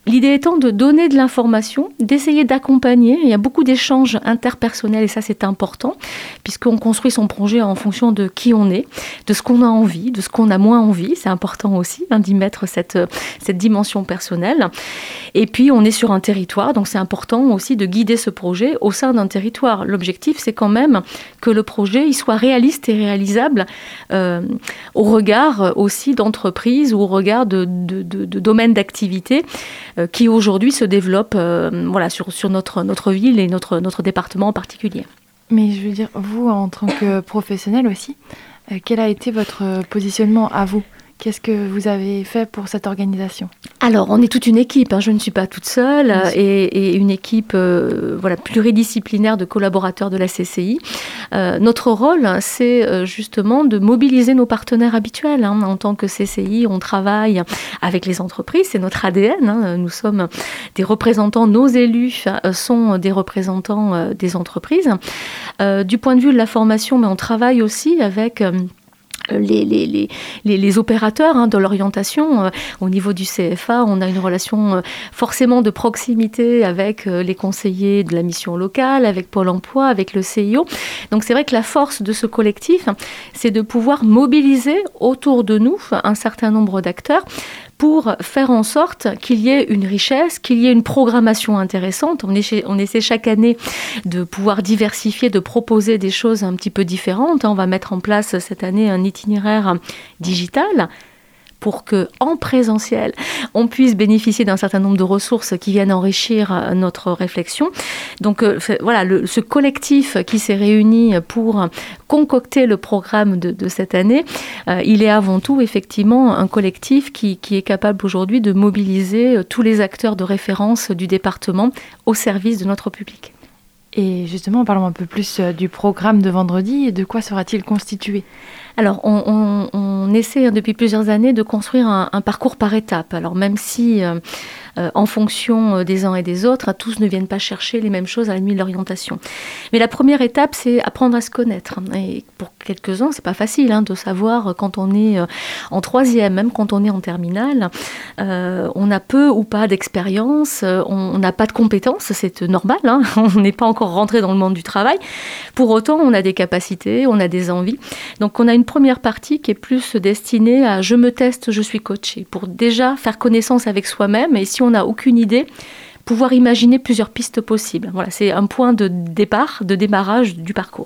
L'idée étant de donner de l'information, d'essayer d'accompagner. Il y a beaucoup d'échanges interpersonnels et ça c'est important puisqu'on construit son projet en fonction de qui on est, de ce qu'on a envie, de ce qu'on a moins envie. C'est important aussi hein, d'y mettre cette, cette dimension personnelle. Et puis on est sur un territoire, donc c'est important aussi de guider ce projet au sein d'un territoire. L'objectif c'est quand même que le projet il soit réaliste et réalisable euh, au regard aussi d'entreprises ou au regard de, de, de, de domaines d'activité euh, qui aujourd'hui se développent euh, voilà, sur, sur notre, notre ville et notre, notre département en particulier. Mais je veux dire, vous en tant que professionnel aussi, euh, quel a été votre positionnement à vous ? Qu'est-ce que vous avez fait pour cette organisation ? Alors, on est toute une équipe, hein. Je ne suis pas toute seule, et, et une équipe euh, voilà, pluridisciplinaire de collaborateurs de la C C I. Euh, notre rôle, c'est euh, justement de mobiliser nos partenaires habituels. Hein. En tant que C C I, on travaille avec les entreprises, c'est notre A D N. Hein. Nous sommes des représentants, nos élus euh, sont des représentants euh, des entreprises. Euh, du point de vue de la formation, mais on travaille aussi avec... Euh, Les, les, les, les, les opérateurs hein, de l'orientation. Euh, au niveau du C F A, on a une relation euh, forcément de proximité avec euh, les conseillers de la mission locale, avec Pôle emploi, avec le C I O. Donc c'est vrai que la force de ce collectif, c'est de pouvoir mobiliser autour de nous un certain nombre d'acteurs pour faire en sorte qu'il y ait une richesse, qu'il y ait une programmation intéressante. On, est, on essaie chaque année de pouvoir diversifier, de proposer des choses un petit peu différentes. On va mettre en place cette année un itinéraire digital pour qu'en présentiel, on puisse bénéficier d'un certain nombre de ressources qui viennent enrichir notre réflexion. Donc euh, voilà, le, ce collectif qui s'est réuni pour concocter le programme de, de cette année, euh, il est avant tout effectivement un collectif qui, qui est capable aujourd'hui de mobiliser tous les acteurs de référence du département au service de notre public. Et justement, parlons un peu plus du programme de vendredi. De quoi sera-t-il constitué ? Alors, on, on, on essaie depuis plusieurs années de construire un, un parcours par étapes. Alors, même si, euh, euh, en fonction des uns et des autres, tous ne viennent pas chercher les mêmes choses à la nuit de l'orientation. Mais la première étape, c'est apprendre à se connaître. Et pour quelques-uns, c'est pas facile hein, de savoir quand on est en troisième, même quand on est en terminale, euh, on a peu ou pas d'expérience, on n'a pas de compétences, c'est normal. Hein, on n'est pas encore rentré dans le monde du travail. Pour autant, on a des capacités, on a des envies. Donc, on a une première partie qui est plus destinée à « je me teste, je suis coachée » pour déjà faire connaissance avec soi-même et si on n'a aucune idée, pouvoir imaginer plusieurs pistes possibles. Voilà, c'est un point de départ, de démarrage du parcours.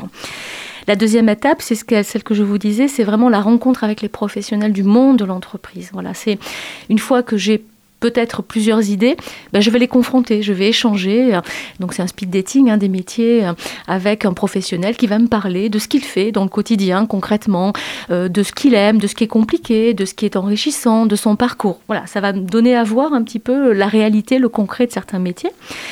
La deuxième étape, c'est ce que, celle que je vous disais, c'est vraiment la rencontre avec les professionnels du monde de l'entreprise. Voilà, c'est une fois que j'ai peut-être plusieurs idées, ben je vais les confronter, je vais échanger. Donc c'est un speed dating hein, des métiers avec un professionnel qui va me parler de ce qu'il fait dans le quotidien concrètement, euh, de ce qu'il aime, de ce qui est compliqué, de ce qui est enrichissant, de son parcours. Voilà, ça va me donner à voir un petit peu la réalité, le concret de certains métiers.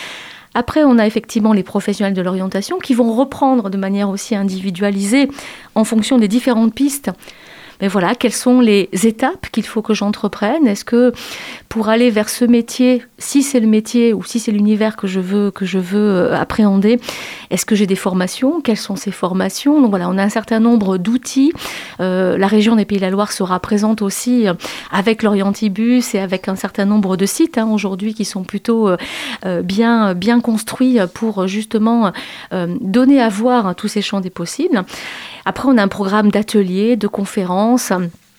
Après, on a effectivement les professionnels de l'orientation qui vont reprendre de manière aussi individualisée en fonction des différentes pistes. Mais voilà, quelles sont les étapes qu'il faut que j'entreprenne ? Est-ce que pour aller vers ce métier, si c'est le métier ou si c'est l'univers que je veux, que je veux appréhender, est-ce que j'ai des formations ? Quelles sont ces formations ? Donc voilà, on a un certain nombre d'outils. Euh, la région des Pays de la Loire sera présente aussi avec l'Orientibus et avec un certain nombre de sites hein, aujourd'hui qui sont plutôt euh, bien, bien construits pour justement euh, donner à voir hein, tous ces champs des possibles. Après, on a un programme d'ateliers, de conférences,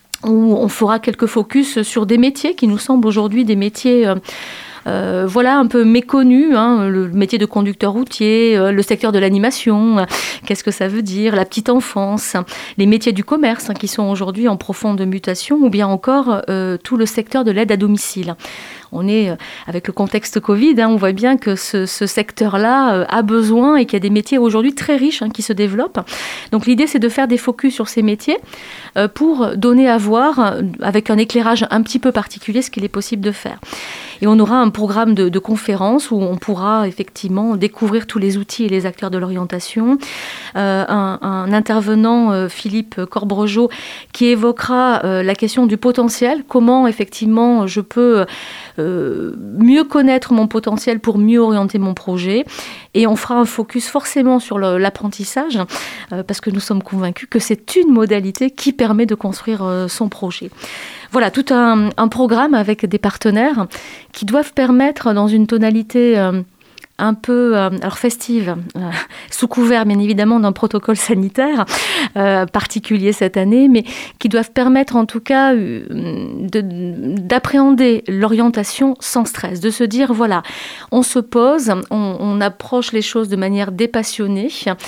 où on fera quelques focus sur des métiers qui nous semblent aujourd'hui des métiers euh, euh, voilà, un peu méconnus, hein, le métier de conducteur routier, euh, le secteur de l'animation, euh, qu'est-ce que ça veut dire, la petite enfance, les métiers du commerce hein, qui sont aujourd'hui en profonde mutation, ou bien encore euh, tout le secteur de l'aide à domicile. On est, avec le contexte Covid, hein, on voit bien que ce, ce secteur-là euh, a besoin et qu'il y a des métiers aujourd'hui très riches hein, qui se développent. Donc l'idée, c'est de faire des focus sur ces métiers euh, pour donner à voir, euh, avec un éclairage un petit peu particulier, ce qu'il est possible de faire. Et on aura un programme de, de conférences où on pourra effectivement découvrir tous les outils et les acteurs de l'orientation. Euh, un, un intervenant, euh, Philippe Corbregeot, qui évoquera euh, la question du potentiel, comment effectivement je peux... Euh, euh, mieux connaître mon potentiel pour mieux orienter mon projet. Et on fera un focus forcément sur le, l'apprentissage, euh, parce que nous sommes convaincus que c'est une modalité qui permet de construire euh, son projet. Voilà, tout un, un programme avec des partenaires qui doivent permettre, dans une tonalité euh, un peu euh, alors festive, euh, sous couvert bien évidemment d'un protocole sanitaire euh, particulier cette année, mais qui doivent permettre en tout cas euh, de, d'appréhender l'orientation sans stress, de se dire voilà, on se pose, on, on approche les choses de manière dépassionnée,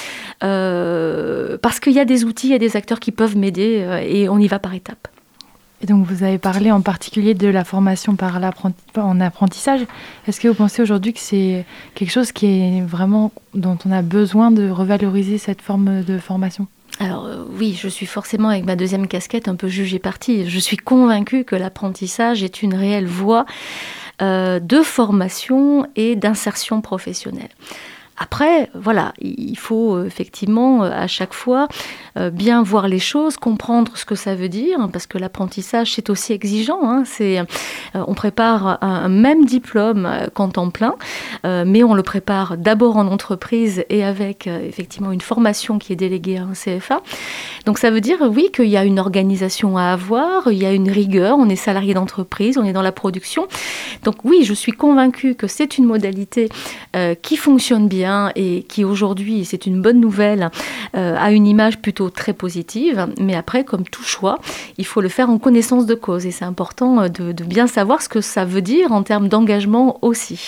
euh, parce qu'il y a des outils, il y a des acteurs qui peuvent m'aider euh, et on y va par étapes. Et donc vous avez parlé en particulier de la formation par l'apprenti- en apprentissage. Est-ce que vous pensez aujourd'hui que c'est quelque chose qui est vraiment, dont on a besoin de revaloriser cette forme de formation ? Alors euh, oui, je suis forcément avec ma deuxième casquette un peu juge et partie. Je suis convaincue que l'apprentissage est une réelle voie euh, de formation et d'insertion professionnelle. Après, voilà, il faut effectivement à chaque fois bien voir les choses, comprendre ce que ça veut dire, parce que l'apprentissage, c'est aussi exigeant. Hein, c'est, on prépare un même diplôme qu'en temps plein, mais on le prépare d'abord en entreprise et avec effectivement une formation qui est déléguée à un C F A. Donc ça veut dire, oui, qu'il y a une organisation à avoir, il y a une rigueur, on est salarié d'entreprise, on est dans la production. Donc oui, je suis convaincue que c'est une modalité euh, qui fonctionne bien, et qui aujourd'hui, c'est une bonne nouvelle, euh, a une image plutôt très positive. Mais après, comme tout choix, il faut le faire en connaissance de cause. Et c'est important de, de bien savoir ce que ça veut dire en termes d'engagement aussi.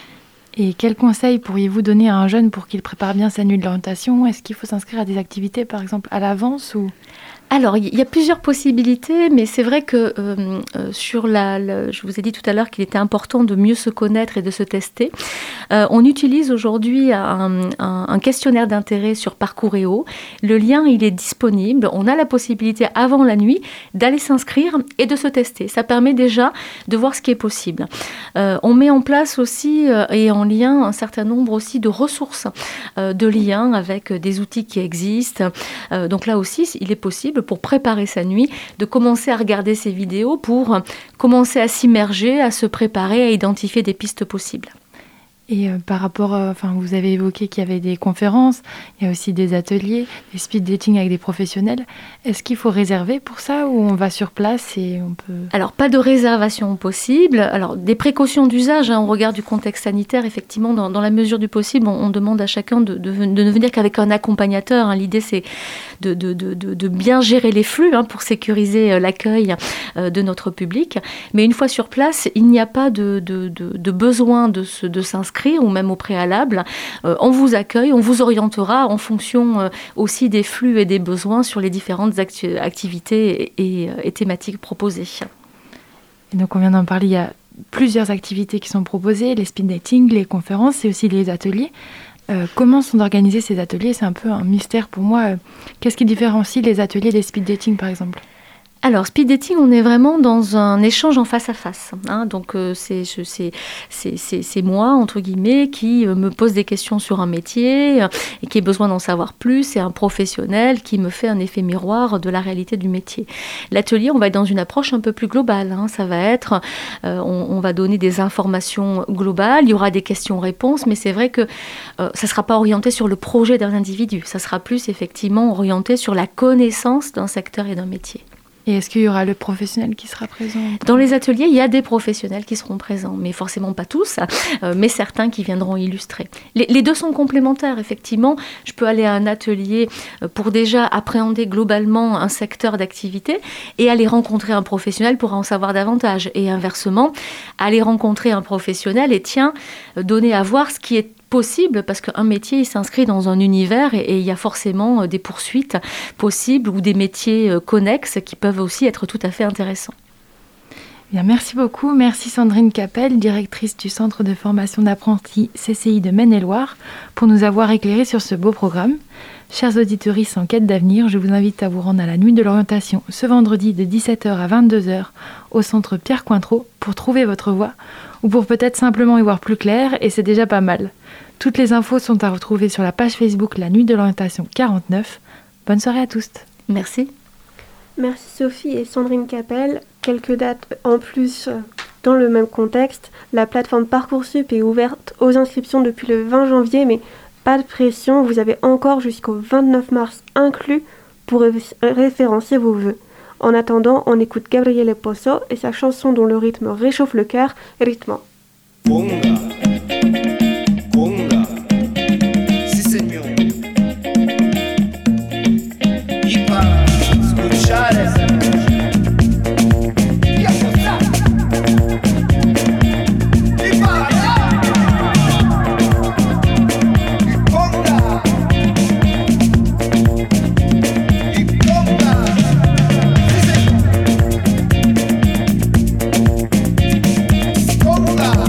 Et quels conseils pourriez-vous donner à un jeune pour qu'il prépare bien sa nuit de l'orientation ? Est-ce qu'il faut s'inscrire à des activités, par exemple, à l'avance ou... Alors, il y a plusieurs possibilités, mais c'est vrai que euh, euh, sur la, la... Je vous ai dit tout à l'heure qu'il était important de mieux se connaître et de se tester. Euh, on utilise aujourd'hui un, un, un questionnaire d'intérêt sur Parcouréo. Le lien, il est disponible. On a la possibilité, avant la nuit, d'aller s'inscrire et de se tester. Ça permet déjà de voir ce qui est possible. Euh, on met en place aussi, euh, et en lien, un certain nombre aussi de ressources, euh, de liens avec des outils qui existent. Euh, donc là aussi, il est possible, pour préparer sa nuit, de commencer à regarder ces vidéos pour commencer à s'immerger, à se préparer, à identifier des pistes possibles. Et euh, par rapport, euh, enfin, vous avez évoqué qu'il y avait des conférences, il y a aussi des ateliers, des speed dating avec des professionnels. Est-ce qu'il faut réserver pour ça ou on va sur place et on peut... Alors, pas de réservation possible. Alors, des précautions d'usage, hein, au regard du contexte sanitaire, effectivement, dans, dans la mesure du possible, on, on demande à chacun de, de, de ne venir qu'avec un accompagnateur. Hein. L'idée, c'est de, de, de, de, de bien gérer les flux, hein, pour sécuriser l'accueil euh, de notre public. Mais une fois sur place, il n'y a pas de, de, de, de besoin de, se, de s'inscrire ou même au préalable. Euh, on vous accueille, on vous orientera en fonction euh, aussi des flux et des besoins sur les différentes actu- activités et, et, et thématiques proposées. Et donc on vient d'en parler, il y a plusieurs activités qui sont proposées, les speed dating, les conférences et aussi les ateliers. Euh, comment sont organisés ces ateliers ? C'est un peu un mystère pour moi. Euh, qu'est-ce qui différencie les ateliers des speed dating par exemple ? Alors, speed dating, on est vraiment dans un échange en face à face. Hein, donc, euh, c'est, je, c'est, c'est, c'est, c'est moi, entre guillemets, qui euh, me pose des questions sur un métier euh, et qui a besoin d'en savoir plus. C'est un professionnel qui me fait un effet miroir de la réalité du métier. L'atelier, on va être dans une approche un peu plus globale. Hein, ça va être, euh, on, on va donner des informations globales, il y aura des questions-réponses, mais c'est vrai que euh, ça ne sera pas orienté sur le projet d'un individu. Ça sera plus, effectivement, orienté sur la connaissance d'un secteur et d'un métier. Et est-ce qu'il y aura le professionnel qui sera présent ? Dans les ateliers, il y a des professionnels qui seront présents, mais forcément pas tous, euh, mais certains qui viendront illustrer. Les, les deux sont complémentaires, effectivement. Je peux aller à un atelier pour déjà appréhender globalement un secteur d'activité et aller rencontrer un professionnel pour en savoir davantage. Et inversement, aller rencontrer un professionnel et tiens, donner à voir ce qui est possible, parce qu'un métier il s'inscrit dans un univers et, et il y a forcément des poursuites possibles ou des métiers connexes qui peuvent aussi être tout à fait intéressants. Bien, merci beaucoup. Merci Sandrine Capel, directrice du Centre de formation d'apprentis C C I de Maine-et-Loire, pour nous avoir éclairé sur ce beau programme. Chers auditeurs en quête d'avenir, je vous invite à vous rendre à la Nuit de l'orientation ce vendredi de dix-sept heures à vingt-deux heures au centre Pierre Cointreau pour trouver votre voie ou pour peut-être simplement y voir plus clair, et c'est déjà pas mal. Toutes les infos sont à retrouver sur la page Facebook La Nuit de l'orientation quarante-neuf. Bonne soirée à tous. Merci. Merci Sophie et Sandrine Capel. Quelques dates en plus Dans le même contexte, la plateforme Parcoursup est ouverte aux inscriptions depuis le vingt janvier, mais pas de pression, vous avez encore jusqu'au vingt-neuf mars inclus pour ré- référencier vos vœux. En attendant, on écoute Gabriele Pozo et sa chanson dont le rythme réchauffe le cœur, Ritmo. Conga, conga, si señor. Y para escuchar esa y apostar. Y para allá. Y conga. Y conga. Sí, señor. Conga.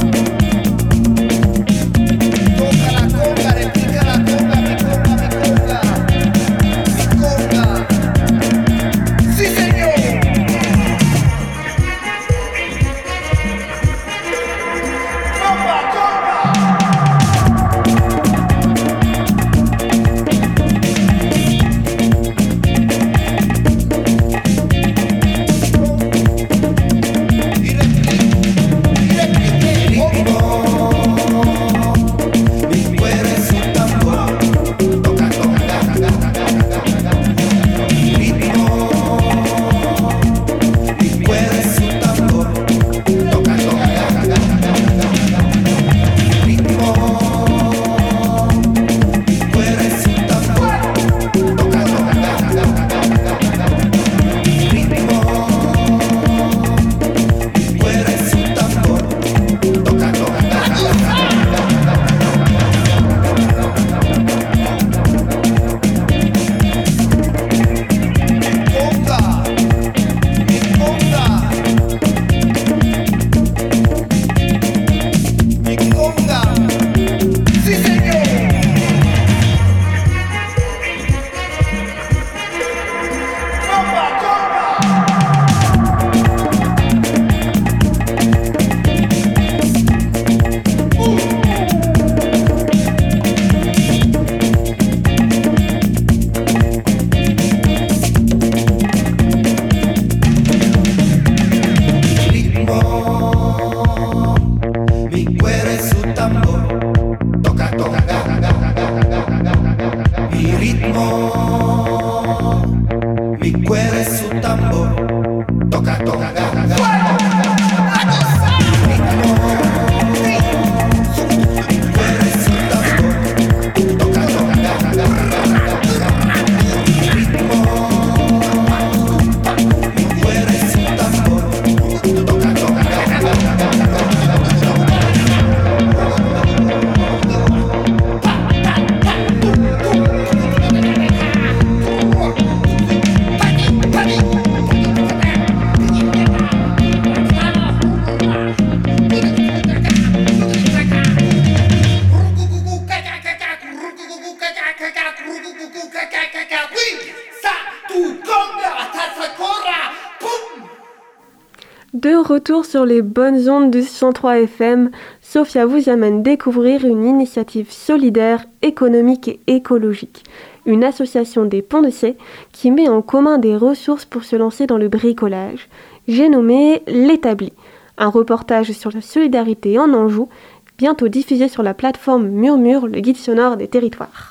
De retour sur les bonnes ondes du cent trois F M, Sophia vous amène découvrir une initiative solidaire, économique et écologique. Une association des Ponts-de-Cé qui met en commun des ressources pour se lancer dans le bricolage. J'ai nommé L'Établi, un reportage sur la solidarité en Anjou, bientôt diffusé sur la plateforme Murmure, le guide sonore des territoires.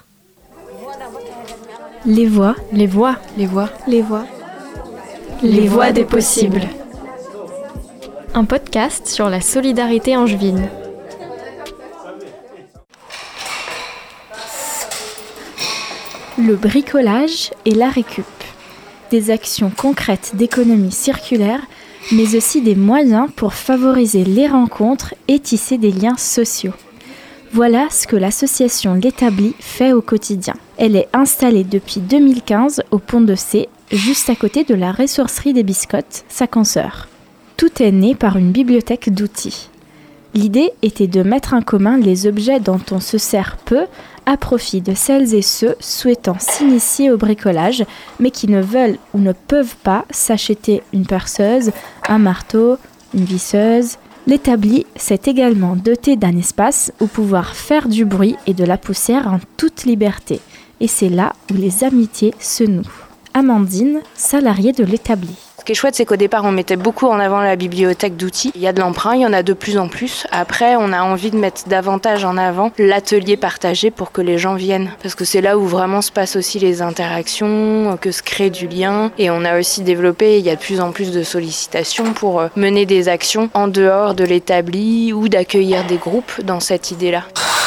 Les voix, les voix, les voix, les voix, les voix des possibles. Un podcast sur la solidarité angevine. Le bricolage et la récup. Des actions concrètes d'économie circulaire, mais aussi des moyens pour favoriser les rencontres et tisser des liens sociaux. Voilà ce que l'association L'Établi fait au quotidien. Elle est installée depuis deux mille quinze au Pont-de-Cé, juste à côté de la ressourcerie des Biscottes, sa consoeur. Tout est né par une bibliothèque d'outils. L'idée était de mettre en commun les objets dont on se sert peu à profit de celles et ceux souhaitant s'initier au bricolage, mais qui ne veulent ou ne peuvent pas s'acheter une perceuse, un marteau, une visseuse. L'Établi s'est également doté d'un espace où pouvoir faire du bruit et de la poussière en toute liberté. Et c'est là où les amitiés se nouent. Amandine, salariée de l'Établi. qui est chouette, c'est qu'au départ, on mettait beaucoup en avant la bibliothèque d'outils. Il y a de l'emprunt, il y en a de plus en plus. Après, on a envie de mettre davantage en avant l'atelier partagé pour que les gens viennent. Parce que c'est là où vraiment se passent aussi les interactions, que se crée du lien. Et on a aussi développé, il y a de plus en plus de sollicitations pour mener des actions en dehors de l'établi ou d'accueillir des groupes dans cette idée-là.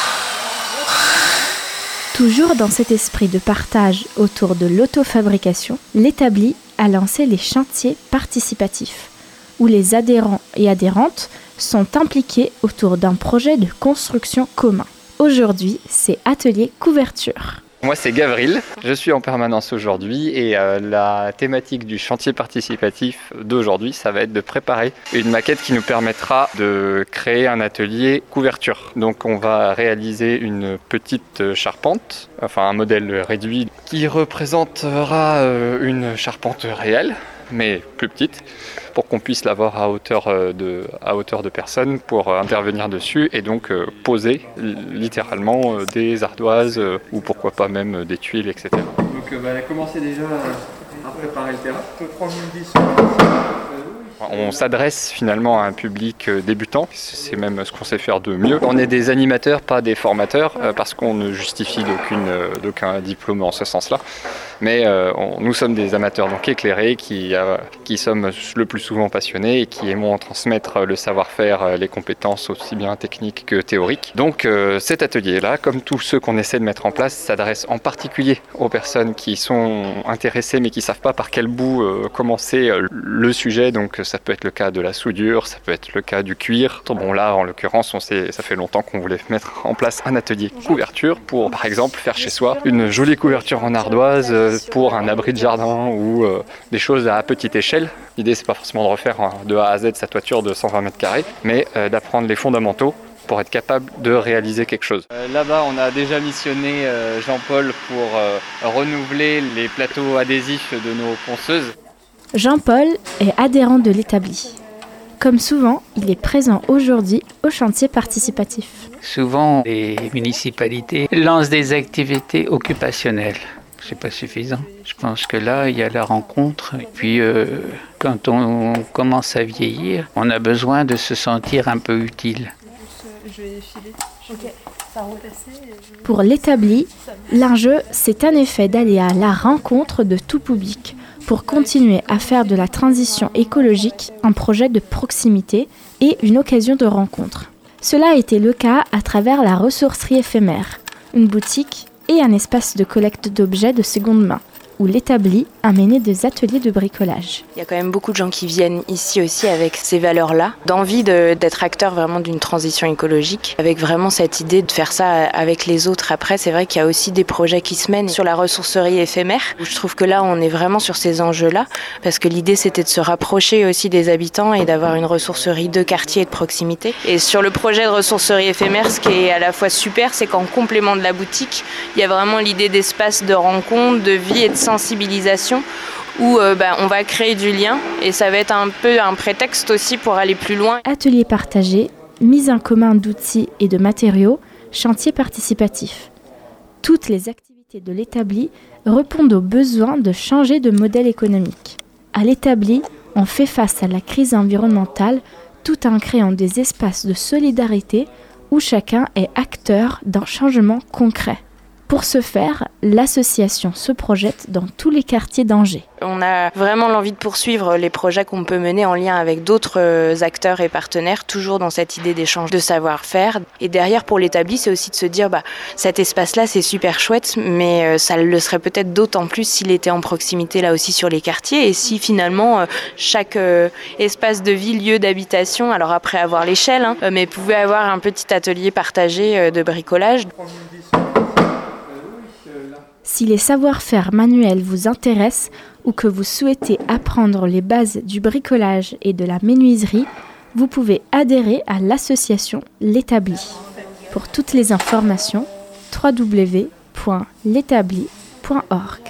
Toujours dans cet esprit de partage autour de l'autofabrication, l'établi a lancé les chantiers participatifs, où les adhérents et adhérentes sont impliqués autour d'un projet de construction commun. Aujourd'hui, c'est Atelier Couverture. Moi, c'est Gavril, je suis en permanence aujourd'hui et euh, la thématique du chantier participatif d'aujourd'hui, ça va être de préparer une maquette qui nous permettra de créer un atelier couverture. Donc on va réaliser une petite charpente, enfin un modèle réduit qui représentera euh, une charpente réelle, mais plus petite, pour qu'on puisse l'avoir à hauteur de, à hauteur de personnes pour intervenir dessus et donc euh, poser littéralement euh, des ardoises euh, ou pourquoi pas même des tuiles, et cetera. Donc euh, bah, commencez déjà à préparer le terrain. On s'adresse finalement à un public débutant, c'est même ce qu'on sait faire de mieux. On est des animateurs, pas des formateurs, euh, parce qu'on ne justifie d'aucune, euh, d'aucun diplôme en ce sens-là. Mais euh, on, nous sommes des amateurs donc éclairés qui, euh, qui sommes le plus souvent passionnés et qui aimons transmettre le savoir-faire, les compétences aussi bien techniques que théoriques. Donc euh, cet atelier-là, comme tous ceux qu'on essaie de mettre en place, s'adresse en particulier aux personnes qui sont intéressées mais qui ne savent pas par quel bout euh, commencer euh, le sujet. Donc ça peut être le cas de la soudure, ça peut être le cas du cuir. Bon là, en l'occurrence, on sait, ça fait longtemps qu'on voulait mettre en place un atelier couverture pour, par exemple, faire chez soi une jolie couverture en ardoise pour un abri de jardin ou euh, des choses à petite échelle. L'idée, c'est pas forcément de refaire hein, de A à Z sa toiture de cent vingt mètres carrés, mais euh, d'apprendre les fondamentaux pour être capable de réaliser quelque chose. Euh, là-bas, on a déjà missionné euh, Jean-Paul pour euh, renouveler les plateaux adhésifs de nos ponceuses. Jean-Paul est adhérent de l'établi. Comme souvent, il est présent aujourd'hui au chantier participatif. Souvent, les municipalités lancent des activités occupationnelles. C'est pas suffisant. Je pense que là, il y a la rencontre. Et puis, euh, quand on commence à vieillir, on a besoin de se sentir un peu utile. Je vais filer. Ok, ça roule assez. Pour l'établi, l'enjeu, c'est en effet d'aller à la rencontre de tout public pour continuer à faire de la transition écologique un projet de proximité et une occasion de rencontre. Cela a été le cas à travers la ressourcerie éphémère, une boutique et un espace de collecte d'objets de seconde main, où l'établi a mené des ateliers de bricolage. Il y a quand même beaucoup de gens qui viennent ici aussi avec ces valeurs-là, d'envie de, d'être acteur vraiment d'une transition écologique, avec vraiment cette idée de faire ça avec les autres. Après, c'est vrai qu'il y a aussi des projets qui se mènent sur la ressourcerie éphémère, où je trouve que là, on est vraiment sur ces enjeux-là, parce que l'idée, c'était de se rapprocher aussi des habitants et d'avoir une ressourcerie de quartier et de proximité. Et sur le projet de ressourcerie éphémère, ce qui est à la fois super, c'est qu'en complément de la boutique, il y a vraiment l'idée d'espace de rencontre, de vie et de sensibilisation où euh, bah, on va créer du lien et ça va être un peu un prétexte aussi pour aller plus loin. Atelier partagé, mise en commun d'outils et de matériaux, chantier participatif. Toutes les activités de l'établi répondent au besoin de changer de modèle économique. À l'établi, on fait face à la crise environnementale tout en créant des espaces de solidarité où chacun est acteur d'un changement concret. Pour ce faire, l'association se projette dans tous les quartiers d'Angers. On a vraiment l'envie de poursuivre les projets qu'on peut mener en lien avec d'autres acteurs et partenaires, toujours dans cette idée d'échange de savoir-faire. Et derrière, pour l'établi, c'est aussi de se dire, bah, cet espace-là, c'est super chouette, mais ça le serait peut-être d'autant plus s'il était en proximité là aussi sur les quartiers. Et si finalement, chaque espace de vie, lieu d'habitation, alors après avoir l'échelle, hein, mais pouvait avoir un petit atelier partagé de bricolage. Si les savoir-faire manuels vous intéressent ou que vous souhaitez apprendre les bases du bricolage et de la menuiserie, vous pouvez adhérer à l'association L'établi. Pour toutes les informations, w w w point l'établi point org.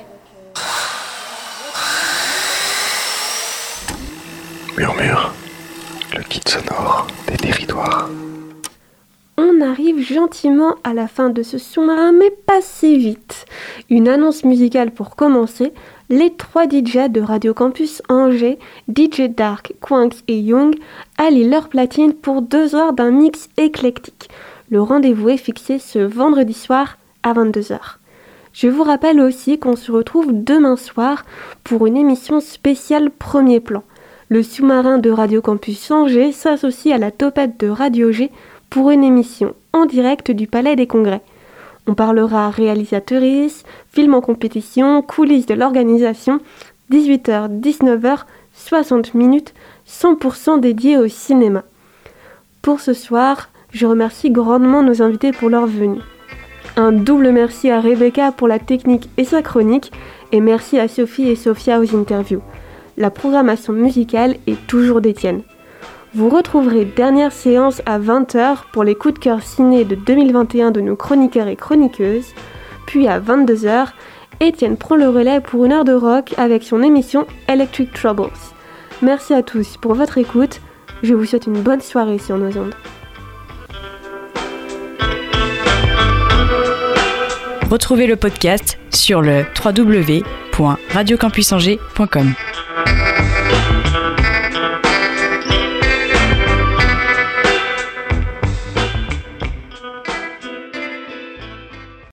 Murmure, le kit sonore des territoires. On arrive gentiment à la fin de ce sous-marin, mais pas si vite. Une annonce musicale pour commencer. les trois D J de Radio Campus Angers, D J Dark, Quanks et Young, allient leurs platines pour deux heures d'un mix éclectique. Le rendez-vous est fixé ce vendredi soir à vingt-deux heures. Je vous rappelle aussi qu'on se retrouve demain soir pour une émission spéciale Premier Plan. Le sous-marin de Radio Campus Angers s'associe à la Topette de Radio G pour une émission en direct du Palais des Congrès. On parlera réalisatrice, film en compétition, coulisses de l'organisation, dix-huit heures dix-neuf heures, soixante minutes, cent pour cent dédiés au cinéma. Pour ce soir, je remercie grandement nos invités pour leur venue. Un double merci à Rebecca pour la technique et sa chronique, et merci à Sophie et Sophia aux interviews. La programmation musicale est toujours d'Étienne. Vous retrouverez dernière séance à vingt heures pour les coups de cœur ciné de deux mille vingt et un de nos chroniqueurs et chroniqueuses. Puis à vingt-deux heures, Étienne prend le relais pour une heure de rock avec son émission Electric Troubles. Merci à tous pour votre écoute. Je vous souhaite une bonne soirée sur nos ondes. Retrouvez le podcast sur le w w w point radio campus angers point com.